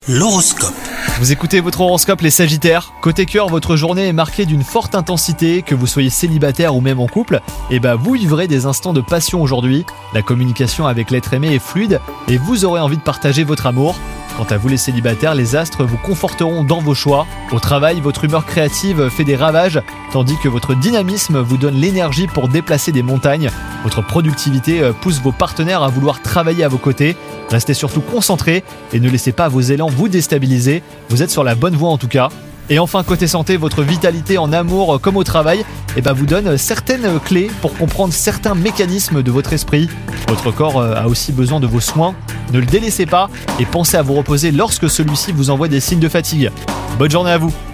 L'horoscope. Vous écoutez votre horoscope les Sagittaires. Côté cœur, votre journée est marquée d'une forte intensité, que vous soyez célibataire ou même en couple. Vous vivrez des instants de passion aujourd'hui. La communication avec l'être aimé est fluide et vous aurez envie de partager votre amour. Quant à vous les célibataires, les astres vous conforteront dans vos choix. Au travail, votre humeur créative fait des ravages, tandis que votre dynamisme vous donne l'énergie pour déplacer des montagnes. Votre productivité pousse vos partenaires à vouloir travailler à vos côtés. Restez surtout concentrés et ne laissez pas vos élans vous déstabiliser. Vous êtes sur la bonne voie en tout cas. Et enfin, côté santé, votre vitalité en amour comme au travail vous donne certaines clés pour comprendre certains mécanismes de votre esprit. Votre corps a aussi besoin de vos soins. Ne le délaissez pas et pensez à vous reposer lorsque celui-ci vous envoie des signes de fatigue. Bonne journée à vous!